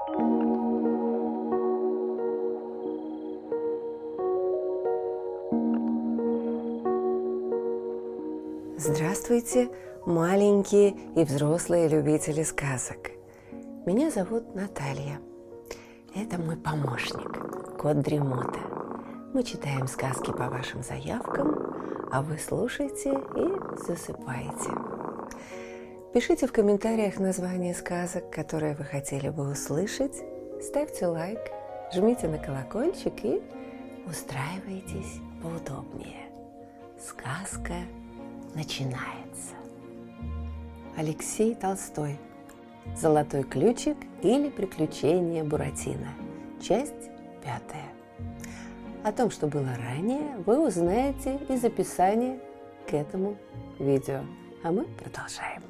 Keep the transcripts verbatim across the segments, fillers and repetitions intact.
Здравствуйте, маленькие и взрослые любители сказок. Меня зовут Наталья. Это мой помощник, кот Дремота. Мы читаем сказки по вашим заявкам, а вы слушаете и засыпаете. Пишите в комментариях названия сказок, которые вы хотели бы услышать, ставьте лайк, жмите на колокольчик и устраивайтесь поудобнее. Сказка начинается. Алексей Толстой. «Золотой ключик» или «Приключения Буратино». Часть пятая. О том, что было ранее, вы узнаете из описания к этому видео. А мы продолжаем.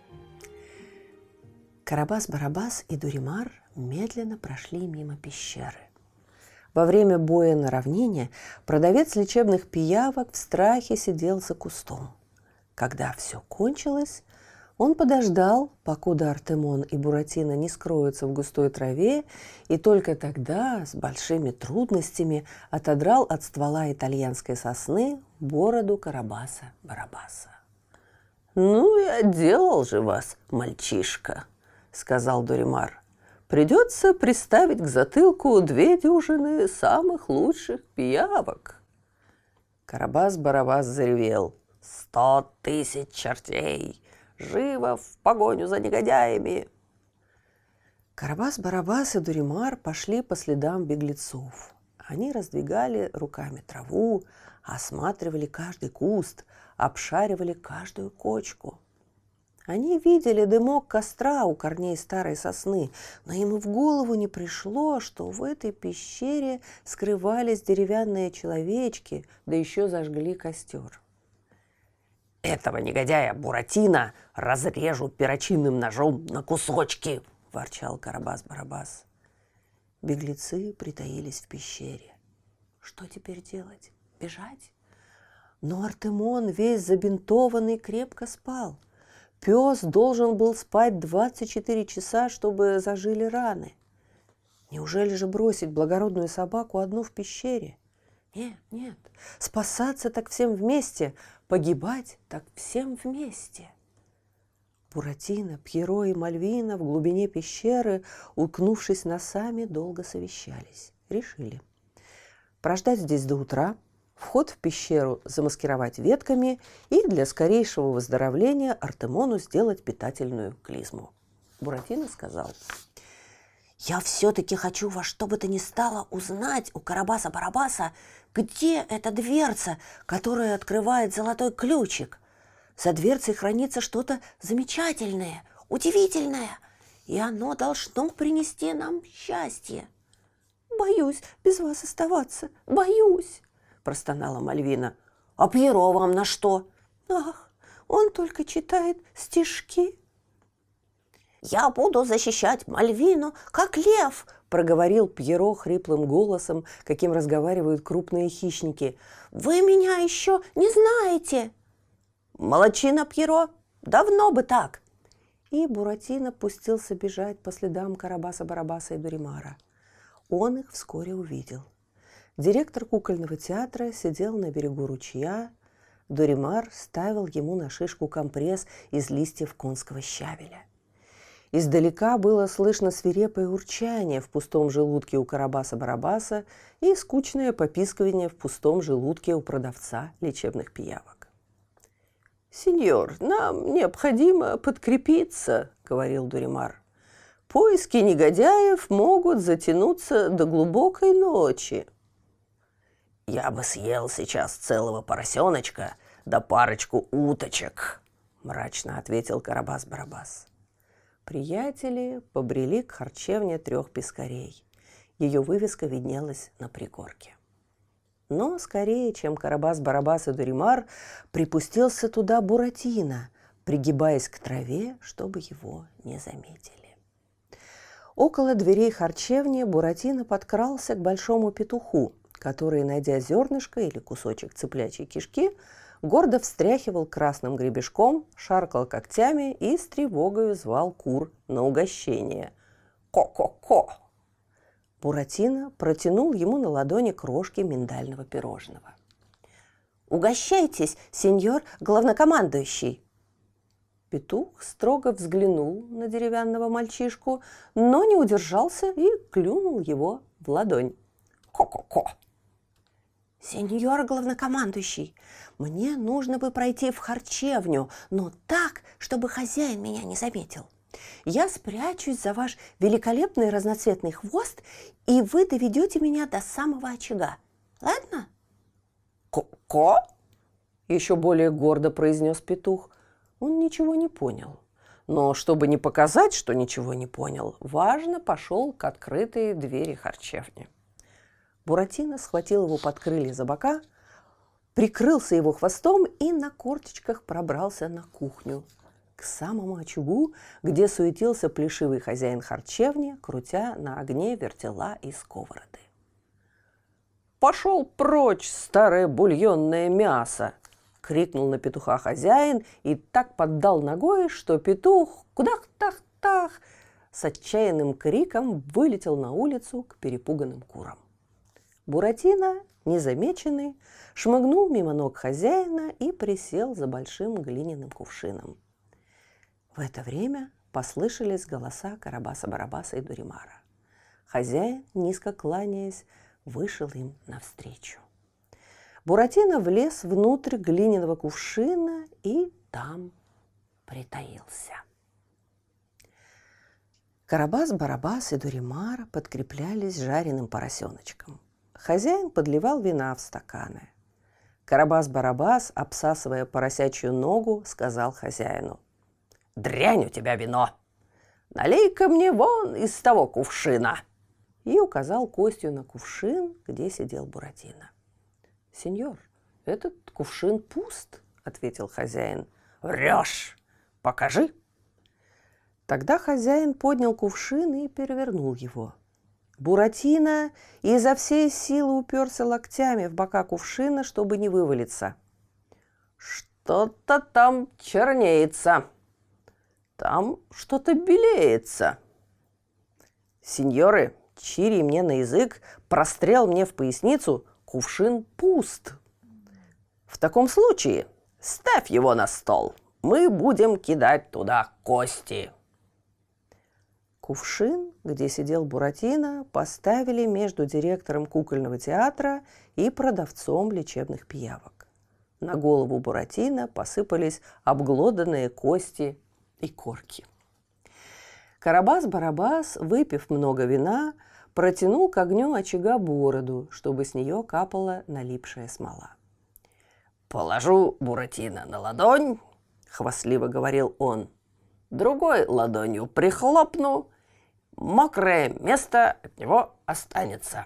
Карабас-Барабас и Дуримар медленно прошли мимо пещеры. Во время боя на равнине продавец лечебных пиявок в страхе сидел за кустом. Когда все кончилось, он подождал, покуда Артемон и Буратино не скроются в густой траве, и только тогда с большими трудностями отодрал от ствола итальянской сосны бороду Карабаса-Барабаса. «Ну и отделал же вас, мальчишка», — сказал Дуримар. «Придется приставить к затылку две дюжины самых лучших пиявок». Карабас-Барабас заревел: «Сто тысяч чертей! Живо в погоню за негодяями!» Карабас-Барабас и Дуримар пошли по следам беглецов. Они раздвигали руками траву, осматривали каждый куст, обшаривали каждую кочку. Они видели дымок костра у корней старой сосны, но им и в голову не пришло, что в этой пещере скрывались деревянные человечки, да еще зажгли костер. «Этого негодяя Буратино разрежу перочинным ножом на кусочки!» – ворчал Карабас-Барабас. Беглецы притаились в пещере. Что теперь делать? Бежать? Но Артемон, весь забинтованный, крепко спал. Пес должен был спать двадцать четыре часа, чтобы зажили раны. Неужели же бросить благородную собаку одну в пещере? Нет, нет, спасаться так всем вместе, погибать так всем вместе. Буратино, Пьеро и Мальвина в глубине пещеры, уткнувшись носами, долго совещались. Решили прождать здесь до утра, вход в пещеру замаскировать ветками и для скорейшего выздоровления Артемону сделать питательную клизму. Буратино сказал: «Я все-таки хочу во что бы то ни стало узнать у Карабаса-Барабаса, где эта дверца, которая открывает золотой ключик. За дверцей хранится что-то замечательное, удивительное, и оно должно принести нам счастье». «Боюсь без вас оставаться, боюсь», – простонала Мальвина. «А Пьеро вам на что?» «Ах, он только читает стишки». «Я буду защищать Мальвину, как лев», – проговорил Пьеро хриплым голосом, каким разговаривают крупные хищники. «Вы меня еще не знаете». «Молодчина, Пьеро, давно бы так». И Буратино пустился бежать по следам Карабаса-Барабаса и Дуримара. Он их вскоре увидел. Директор кукольного театра сидел на берегу ручья. Дуримар ставил ему на шишку компресс из листьев конского щавеля. Издалека было слышно свирепое урчание в пустом желудке у Карабаса-Барабаса и скучное попискивание в пустом желудке у продавца лечебных пиявок. «Сеньор, нам необходимо подкрепиться», — говорил Дуримар. «Поиски негодяев могут затянуться до глубокой ночи». «Я бы съел сейчас целого поросеночка да парочку уточек», — мрачно ответил Карабас-Барабас. Приятели побрели к харчевне трех пескарей. Ее вывеска виднелась на пригорке. Но скорее, чем Карабас-Барабас и Дуримар, припустился туда Буратино, пригибаясь к траве, чтобы его не заметили. Около дверей харчевни Буратино подкрался к большому петуху, который, найдя зернышко или кусочек цыплячьей кишки, гордо встряхивал красным гребешком, шаркал когтями и с тревогою звал кур на угощение. ко-ко-ко. Буратино протянул ему на ладони крошки миндального пирожного. «Угощайтесь, сеньор главнокомандующий!» Петух строго взглянул на деревянного мальчишку, но не удержался и клюнул его в ладонь. «Ко-ко-ко!» «Сеньор главнокомандующий, мне нужно бы пройти в харчевню, но так, чтобы хозяин меня не заметил. Я спрячусь за ваш великолепный разноцветный хвост, и вы доведете меня до самого очага. Ладно?» «Ко-ко?» – еще более гордо произнес петух. Он ничего не понял. Но чтобы не показать, что ничего не понял, важно пошел к открытой двери харчевни. Буратино схватил его под крылья за бока, прикрылся его хвостом и на корточках пробрался на кухню, к самому очагу, где суетился плешивый хозяин харчевни, крутя на огне вертела и сковороды. «Пошел прочь, старое бульонное мясо!» — крикнул на петуха хозяин и так поддал ногой, что петух кудах-тах-тах с отчаянным криком вылетел на улицу к перепуганным курам. Буратино, незамеченный, шмыгнул мимо ног хозяина и присел за большим глиняным кувшином. В это время послышались голоса Карабаса-Барабаса и Дуримара. Хозяин, низко кланяясь, вышел им навстречу. Буратино влез внутрь глиняного кувшина и там притаился. Карабас-Барабас и Дуримар подкреплялись жареным поросеночком. Хозяин подливал вина в стаканы. Карабас-Барабас, обсасывая поросячью ногу, сказал хозяину: «Дрянь у тебя вино! Налей-ка мне вон из того кувшина!» И указал костью на кувшин, где сидел Буратино. «Сеньор, этот кувшин пуст», — ответил хозяин. «Врешь! Покажи!» Тогда хозяин поднял кувшин и перевернул его. Буратино изо всей силы уперся локтями в бока кувшина, чтобы не вывалиться. «Что-то там чернеется, там что-то белеется. Сеньоры, чири мне на язык, прострел мне в поясницу, кувшин пуст. В таком случае ставь его на стол, мы будем кидать туда кости». Кувшин, где сидел Буратино, поставили между директором кукольного театра и продавцом лечебных пиявок. На голову Буратино посыпались обглоданные кости и корки. Карабас-Барабас, выпив много вина, протянул к огню очага бороду, чтобы с нее капала налипшая смола. «Положу Буратино на ладонь», — хвастливо говорил он, — «другой ладонью прихлопну, мокрое место от него останется».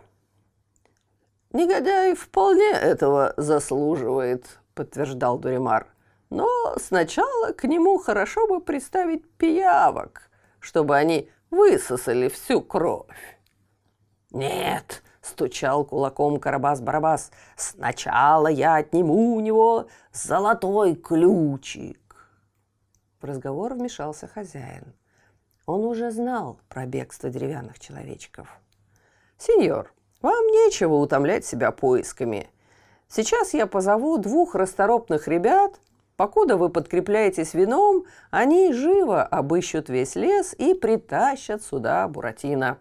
«Негодяй вполне этого заслуживает», — подтверждал Дуримар. «Но сначала к нему хорошо бы приставить пиявок, чтобы они высосали всю кровь». «Нет», — стучал кулаком Карабас-Барабас, — «сначала я отниму у него золотой ключик». В разговор вмешался хозяин. Он уже знал про бегство деревянных человечков. «Сеньор, вам нечего утомлять себя поисками. Сейчас я позову двух расторопных ребят. Покуда вы подкрепляетесь вином, они живо обыщут весь лес и притащат сюда Буратино».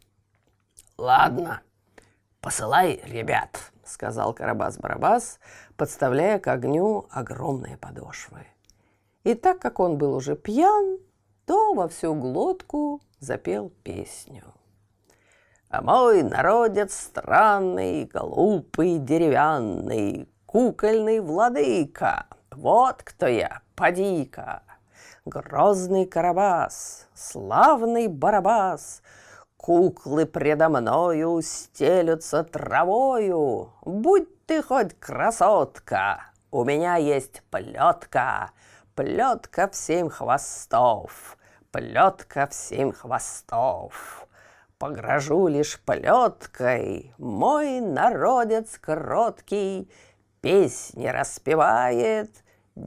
«Ладно, посылай ребят», — сказал Карабас-Барабас, подставляя к огню огромные подошвы. И так как он был уже пьян, то во всю глотку запел песню. «А мой народец странный, глупый, деревянный, кукольный владыка, вот кто я, поди-ка! Грозный Карабас, славный Барабас, куклы предо мною стелются травою. Будь ты хоть красотка, у меня есть плетка, плетка в семь хвостов, плетка в семь хвостов. Погрожу лишь плеткой, мой народец кроткий песни распевает,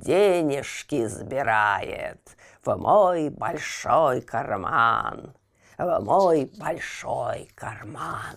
денежки сбирает в мой большой карман. в мой большой карман.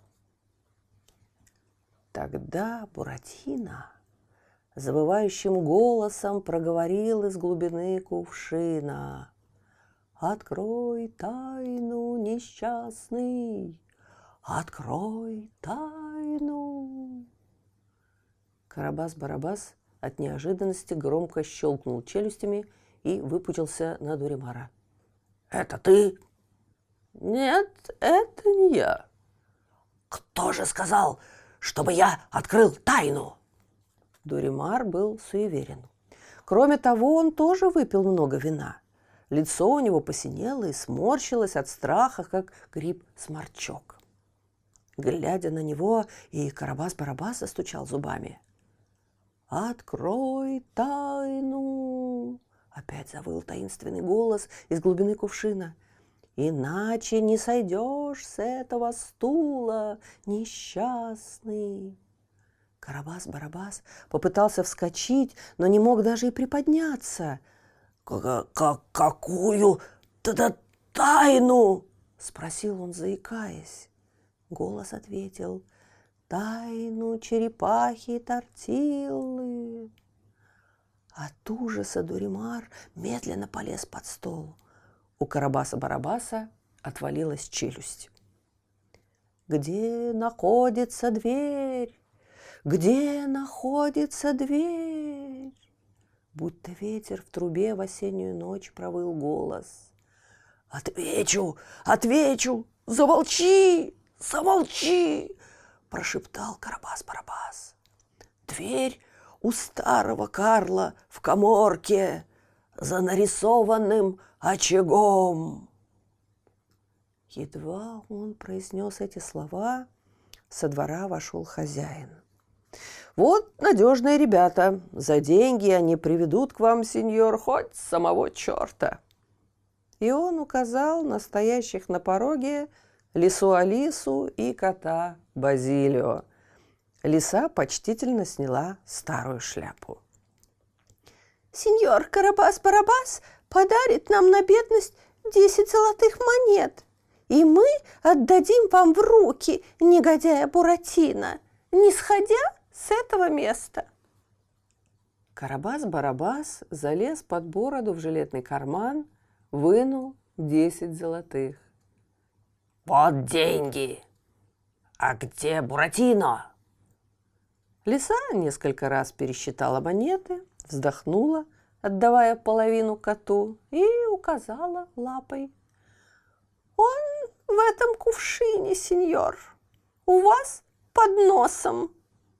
Тогда Буратино завывающим голосом проговорил из глубины кувшина: «Открой тайну, несчастный, открой тайну». Карабас-Барабас от неожиданности громко щелкнул челюстями и выпучился на Дуримара. «Это ты?» «Нет, это не я». «Кто же сказал, чтобы я открыл тайну?» Дуримар был суеверен. Кроме того, он тоже выпил много вина. Лицо у него посинело и сморщилось от страха, как гриб-сморчок. Глядя на него, и Карабас-Барабас застучал зубами. «Открой тайну!» — опять завыл таинственный голос из глубины кувшина. «Иначе не сойдешь с этого стула, несчастный!» Карабас-Барабас попытался вскочить, но не мог даже и приподняться. «Какую тайну?» — спросил он, заикаясь. Голос ответил: «Тайну черепахи Тортиллы». От ужаса Дуримар медленно полез под стол. У Карабаса-Барабаса отвалилась челюсть. «Где находится дверь? Где находится дверь?» Будто ветер в трубе в осеннюю ночь провыл голос. «Отвечу, отвечу! Замолчи, замолчи!» прошептал Карабас-Барабас. «Дверь у старого Карла в каморке за нарисованным очагом». Едва он произнес эти слова, со двора вошел хозяин. «Вот надежные ребята. За деньги они приведут к вам, сеньор, хоть самого черта». И он указал на стоящих на пороге лису Алису и кота Базилио. Лиса почтительно сняла старую шляпу. «Сеньор Карабас-Барабас подарит нам на бедность десять золотых монет, и мы отдадим вам в руки негодяя Буратино, не сходя с этого места». Карабас-Барабас залез под бороду в жилетный карман, вынул десять золотых. «Вот деньги! А где Буратино?» Лиса несколько раз пересчитала монеты, вздохнула, отдавая половину коту, и указала лапой. «Он в этом кувшине, сеньор, у вас под носом».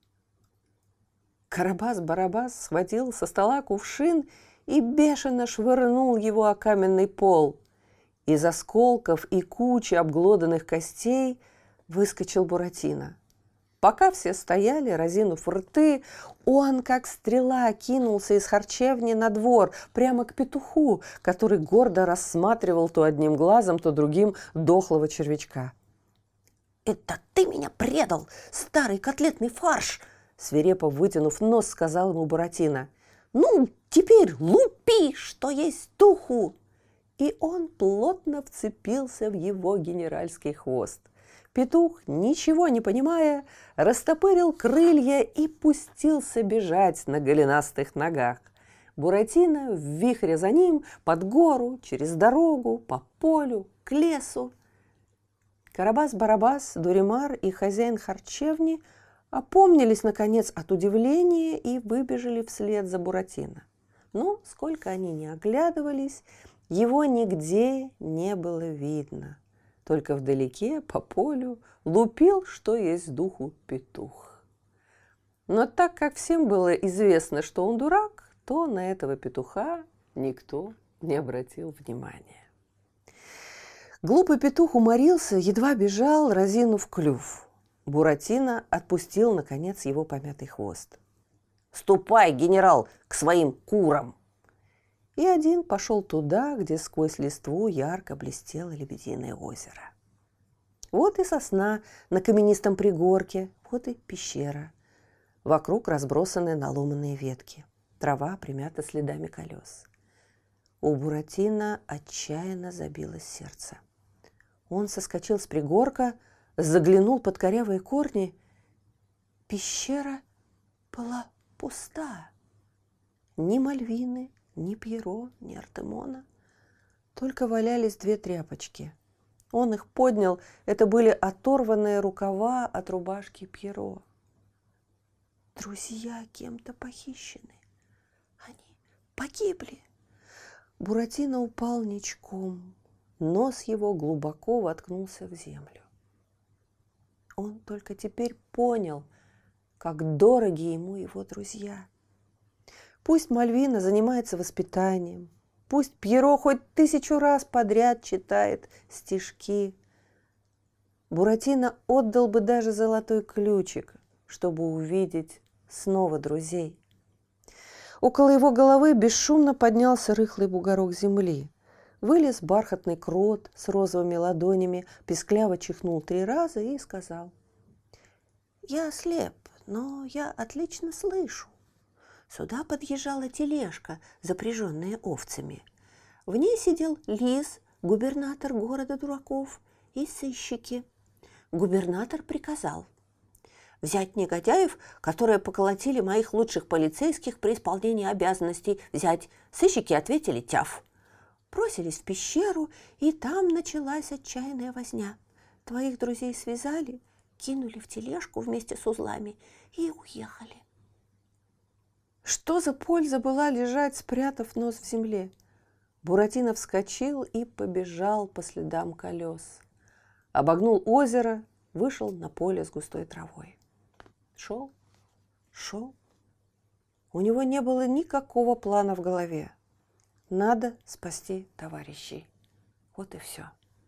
Карабас-Барабас схватил со стола кувшин и бешено швырнул его о каменный пол. Из осколков и кучи обглоданных костей выскочил Буратино. Пока все стояли, разинув рты, он, как стрела, кинулся из харчевни на двор, прямо к петуху, который гордо рассматривал то одним глазом, то другим дохлого червячка. «Это ты меня предал, старый котлетный фарш!» Свирепо вытянув нос, сказал ему Буратино. «Ну, теперь лупи, что есть духу!» И он плотно вцепился в его генеральский хвост. Петух, ничего не понимая, растопырил крылья и пустился бежать на голенастых ногах. Буратино в вихре за ним, под гору, через дорогу, по полю, к лесу. Карабас-Барабас, Дуримар и хозяин харчевни опомнились, наконец, от удивления и выбежали вслед за Буратино. Но, сколько они ни оглядывались, его нигде не было видно. Только вдалеке, по полю, лупил, что есть духу, петух. Но так как всем было известно, что он дурак, то на этого петуха никто не обратил внимания. Глупый петух уморился, едва бежал, разинув клюв. Буратино отпустил, наконец, его помятый хвост. «Ступай, генерал, к своим курам!» И один пошел туда, где сквозь листву ярко блестело Лебединое озеро. Вот и сосна на каменистом пригорке, вот и пещера. Вокруг разбросаны наломанные ветки, трава примята следами колес. У Буратино отчаянно забилось сердце. Он соскочил с пригорка, заглянул под корявые корни. Пещера была пуста. Ни Мальвины, ни Пьеро, ни Артемона. Только валялись две тряпочки. Он их поднял. Это были оторванные рукава от рубашки Пьеро. Друзья кем-то похищены. Они погибли. Буратино упал ничком. Нос его глубоко воткнулся в землю. Он только теперь понял, как дороги ему его друзья. Пусть Мальвина занимается воспитанием, пусть Пьеро хоть тысячу раз подряд читает стишки. Буратино отдал бы даже золотой ключик, чтобы увидеть снова друзей. Около его головы бесшумно поднялся рыхлый бугорок земли. Вылез бархатный крот с розовыми ладонями, пискляво чихнул три раза и сказал: «Я слеп, но я отлично слышу. Сюда подъезжала тележка, запряженная овцами. В ней сидел лис, губернатор города дураков и сыщики. Губернатор приказал взять негодяев, которые поколотили моих лучших полицейских при исполнении обязанностей, взять. Сыщики ответили тяф. Бросились в пещеру, и там началась отчаянная возня. Твоих друзей связали, кинули в тележку вместе с узлами и уехали». Что за польза была лежать, спрятав нос в земле? Буратино вскочил и побежал по следам колес. Обогнул озеро, вышел на поле с густой травой. Шел, шел. У него не было никакого плана в голове. Надо спасти товарищей. Вот и все.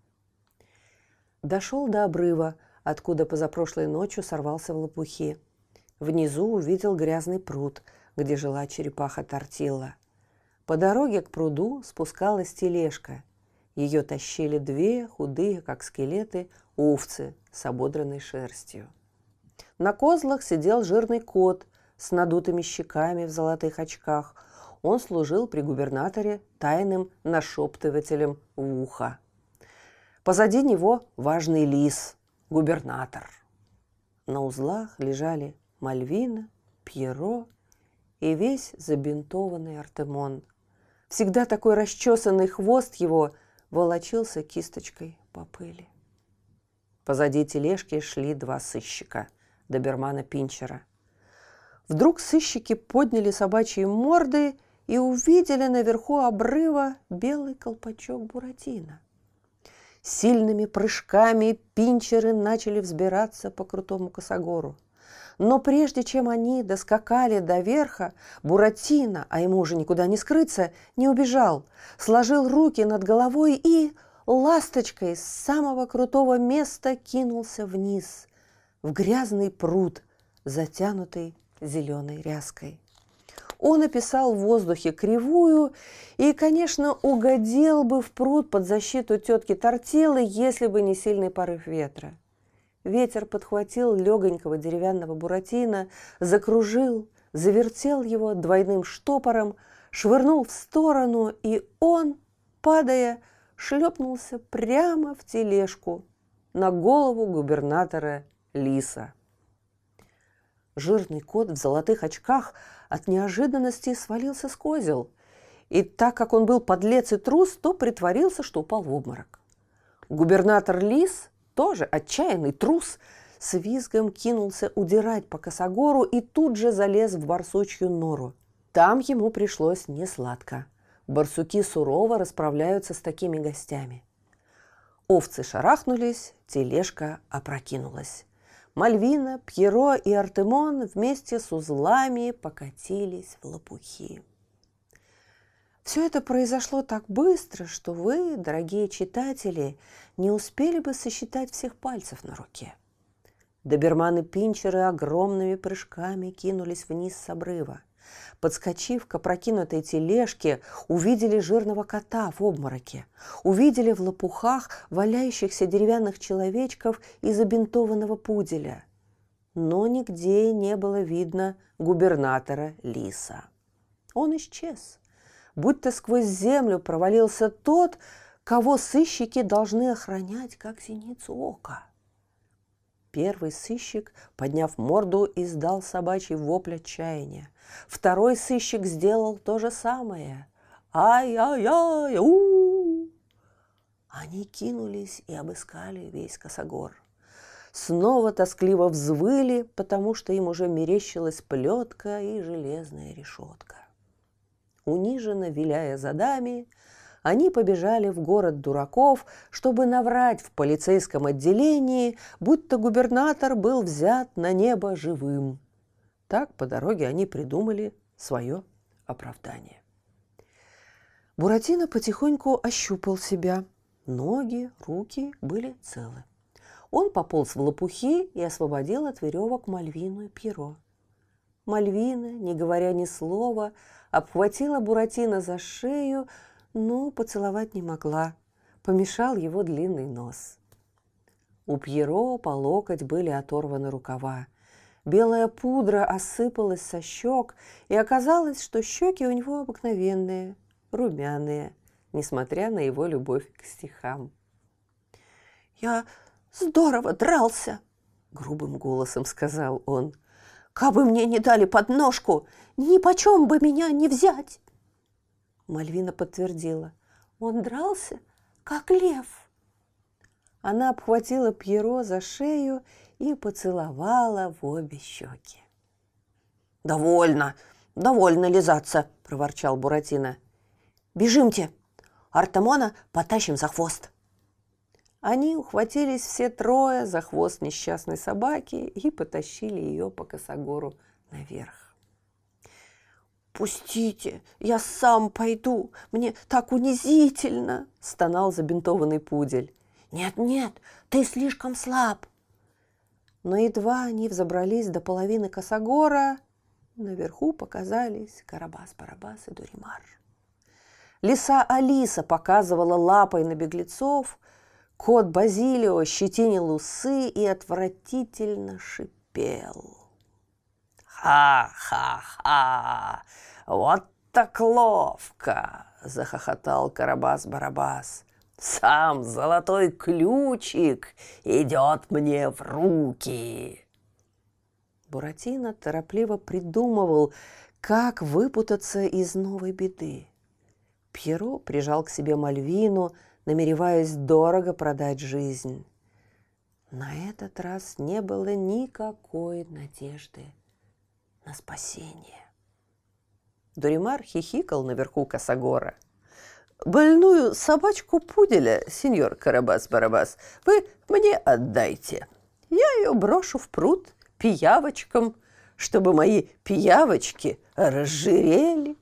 Дошел до обрыва, откуда позапрошлой ночью сорвался в лопухи. Внизу увидел грязный пруд, где жила черепаха Тортилла. По дороге к пруду спускалась тележка. Ее тащили две худые, как скелеты, овцы с ободранной шерстью. На козлах сидел жирный кот с надутыми щеками в золотых очках. Он служил при губернаторе тайным нашептывателем в ухо. Позади него важный лис, губернатор. На узлах лежали Мальвина, Пьеро и весь забинтованный Артемон. Всегда такой расчесанный хвост его волочился кисточкой по пыли. Позади тележки шли два сыщика, добермана Пинчера. Вдруг сыщики подняли собачьи морды и увидели наверху обрыва белый колпачок Буратино. Сильными прыжками Пинчеры начали взбираться по крутому косогору. Но прежде чем они доскакали до верха, Буратино, а ему уже никуда не скрыться, не убежал, сложил руки над головой и ласточкой с самого крутого места кинулся вниз, в грязный пруд, затянутый зеленой ряской. Он описал в воздухе кривую и, конечно, угодил бы в пруд под защиту тетки Тортиллы, если бы не сильный порыв ветра. Ветер подхватил легонького деревянного Буратино, закружил, завертел его двойным штопором, швырнул в сторону, и он, падая, шлепнулся прямо в тележку на голову губернатора Лиса. Жирный кот в золотых очках от неожиданности свалился с козел, и так как он был подлец и трус, то притворился, что упал в обморок. Губернатор Лис, тоже отчаянный трус, с визгом кинулся удирать по косогору и тут же залез в барсучью нору. Там ему пришлось несладко. Барсуки сурово расправляются с такими гостями. Овцы шарахнулись, тележка опрокинулась. Мальвина, Пьеро и Артемон вместе с узлами покатились в лопухи. Все это произошло так быстро, что вы, дорогие читатели, не успели бы сосчитать всех пальцев на руке. Доберманы-пинчеры огромными прыжками кинулись вниз с обрыва. Подскочив к опрокинутой тележке, увидели жирного кота в обмороке, увидели в лопухах валяющихся деревянных человечков и забинтованного пуделя. Но нигде не было видно губернатора Лиса. Он исчез, будто сквозь землю провалился тот, кого сыщики должны охранять, как зеницу ока. Первый сыщик, подняв морду, издал собачий вопль отчаяния. Второй сыщик сделал то же самое. Ай-ай-ай, у Они кинулись и обыскали весь косогор. Снова тоскливо взвыли, потому что им уже мерещилась плетка и железная решетка. Униженно виляя задами, они побежали в город дураков, чтобы наврать в полицейском отделении, будто губернатор был взят на небо живым. Так по дороге они придумали свое оправдание. Буратино потихоньку ощупал себя. Ноги, руки были целы. Он пополз в лопухи и освободил от веревок Мальвину и Пьеро. Мальвина, не говоря ни слова, обхватила Буратино за шею, но поцеловать не могла. Помешал его длинный нос. У Пьеро по локоть были оторваны рукава. Белая пудра осыпалась со щек, и оказалось, что щеки у него обыкновенные, румяные, несмотря на его любовь к стихам. «Я здорово дрался», — грубым голосом сказал он. «Кабы мне не дали подножку, ни почем бы меня не взять». Мальвина подтвердила. «Он дрался, как лев». Она обхватила Пьеро за шею и поцеловала в обе щеки. «Довольно, довольно лизаться», — проворчал Буратино. «Бежимте, Артемона потащим за хвост». Они ухватились все трое за хвост несчастной собаки и потащили ее по косогору наверх. «Пустите, я сам пойду, мне так унизительно», — стонал забинтованный пудель. «Нет, нет, ты слишком слаб». Но едва они взобрались до половины косогора, наверху показались Карабас-Барабас и Дуримар. Лиса Алиса показывала лапой на беглецов, кот Базилио щетинил усы и отвратительно шипел. «Ха-ха-ха! Вот так ловко!» – захохотал Карабас-Барабас. «Сам золотой ключик идет мне в руки!» Буратино торопливо придумывал, как выпутаться из новой беды. Пьеро прижал к себе Мальвину, намереваясь дорого продать жизнь. На этот раз не было никакой надежды на спасение. Дуримар хихикал наверху косогора. «Больную собачку пуделя, сеньор Карабас-Барабас, вы мне отдайте. Я ее брошу в пруд пиявочкам, чтобы мои пиявочки разжирели».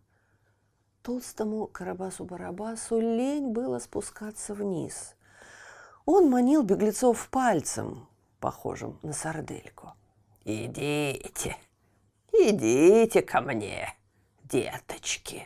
Толстому Карабасу-Барабасу лень было спускаться вниз. Он манил беглецов пальцем, похожим на сардельку. «Идите, идите ко мне, деточки!»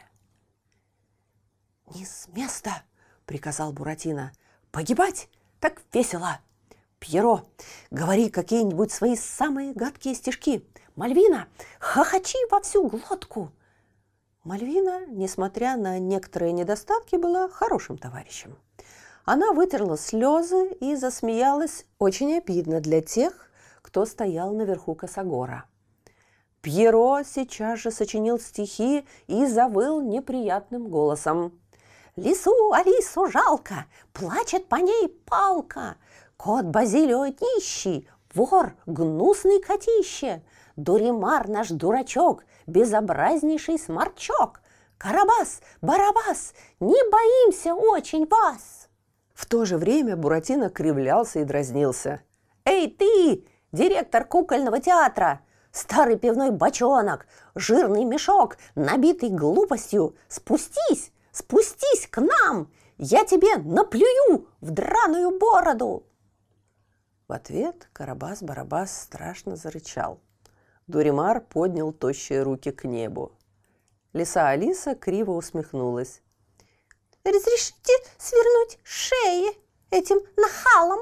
«Не с места!» — приказал Буратино. «Погибать? Так весело! Пьеро, говори какие-нибудь свои самые гадкие стишки. Мальвина, хохочи во всю глотку!» Мальвина, несмотря на некоторые недостатки, была хорошим товарищем. Она вытерла слезы и засмеялась очень обидно для тех, кто стоял наверху косогора. Пьеро сейчас же сочинил стихи и завыл неприятным голосом. «Лису Алису жалко, плачет по ней палка. Кот Базилио нищий, вор, гнусный котище. Дуримар наш дурачок, безобразнейший сморчок. Карабас, Барабас, не боимся очень вас!» В то же время Буратино кривлялся и дразнился. «Эй ты, директор кукольного театра! Старый пивной бочонок, жирный мешок, набитый глупостью! Спустись, спустись к нам! Я тебе наплюю в драную бороду!» В ответ Карабас-Барабас страшно зарычал. Дуримар поднял тощие руки к небу. Лиса Алиса криво усмехнулась. «Разрешите свернуть шеи этим нахалам?»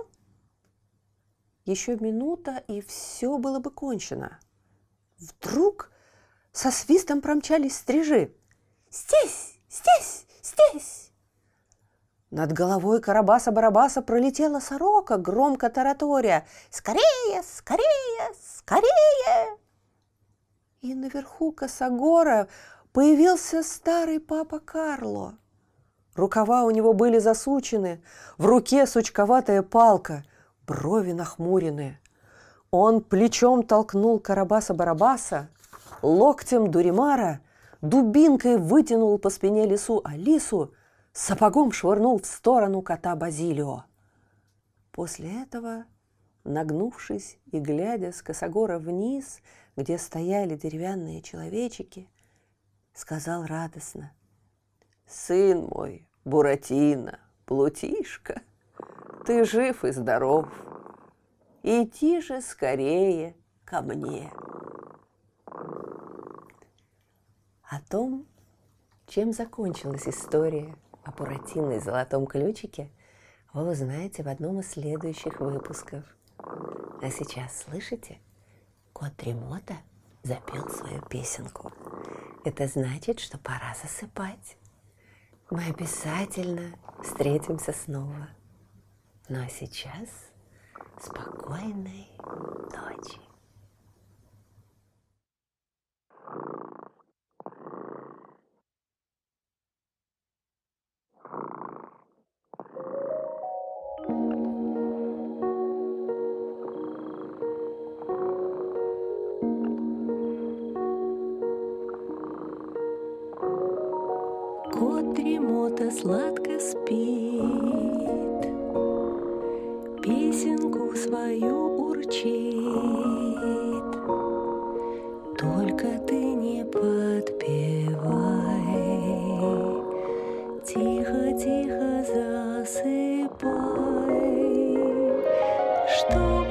Еще минута, и все было бы кончено. Вдруг со свистом промчались стрижи. «Здесь, здесь, здесь!» Над головой Карабаса-Барабаса пролетела сорока, громко тараторя: «Скорее, скорее, скорее!» И наверху косогора появился старый папа Карло. Рукава у него были засучены, в руке сучковатая палка, брови нахмурены. Он плечом толкнул Карабаса-Барабаса, локтем Дуримара, дубинкой вытянул по спине лису Алису, сапогом швырнул в сторону кота Базилио. После этого, нагнувшись и глядя с косогора вниз, где стояли деревянные человечики, сказал радостно: «Сын мой, Буратино, Плутишка, ты жив и здоров. Иди же скорее ко мне». О том, чем закончилась история о Буратино и золотом ключике, вы узнаете в одном из следующих выпусков. А сейчас, слышите? Кот Дремота запел свою песенку. Это значит, что пора засыпать. Мы обязательно встретимся снова. Ну а сейчас спокойной ночи. Кот Дремота сладко спит, песенку свою урчит. Только ты не подпевай, тихо-тихо засыпай, что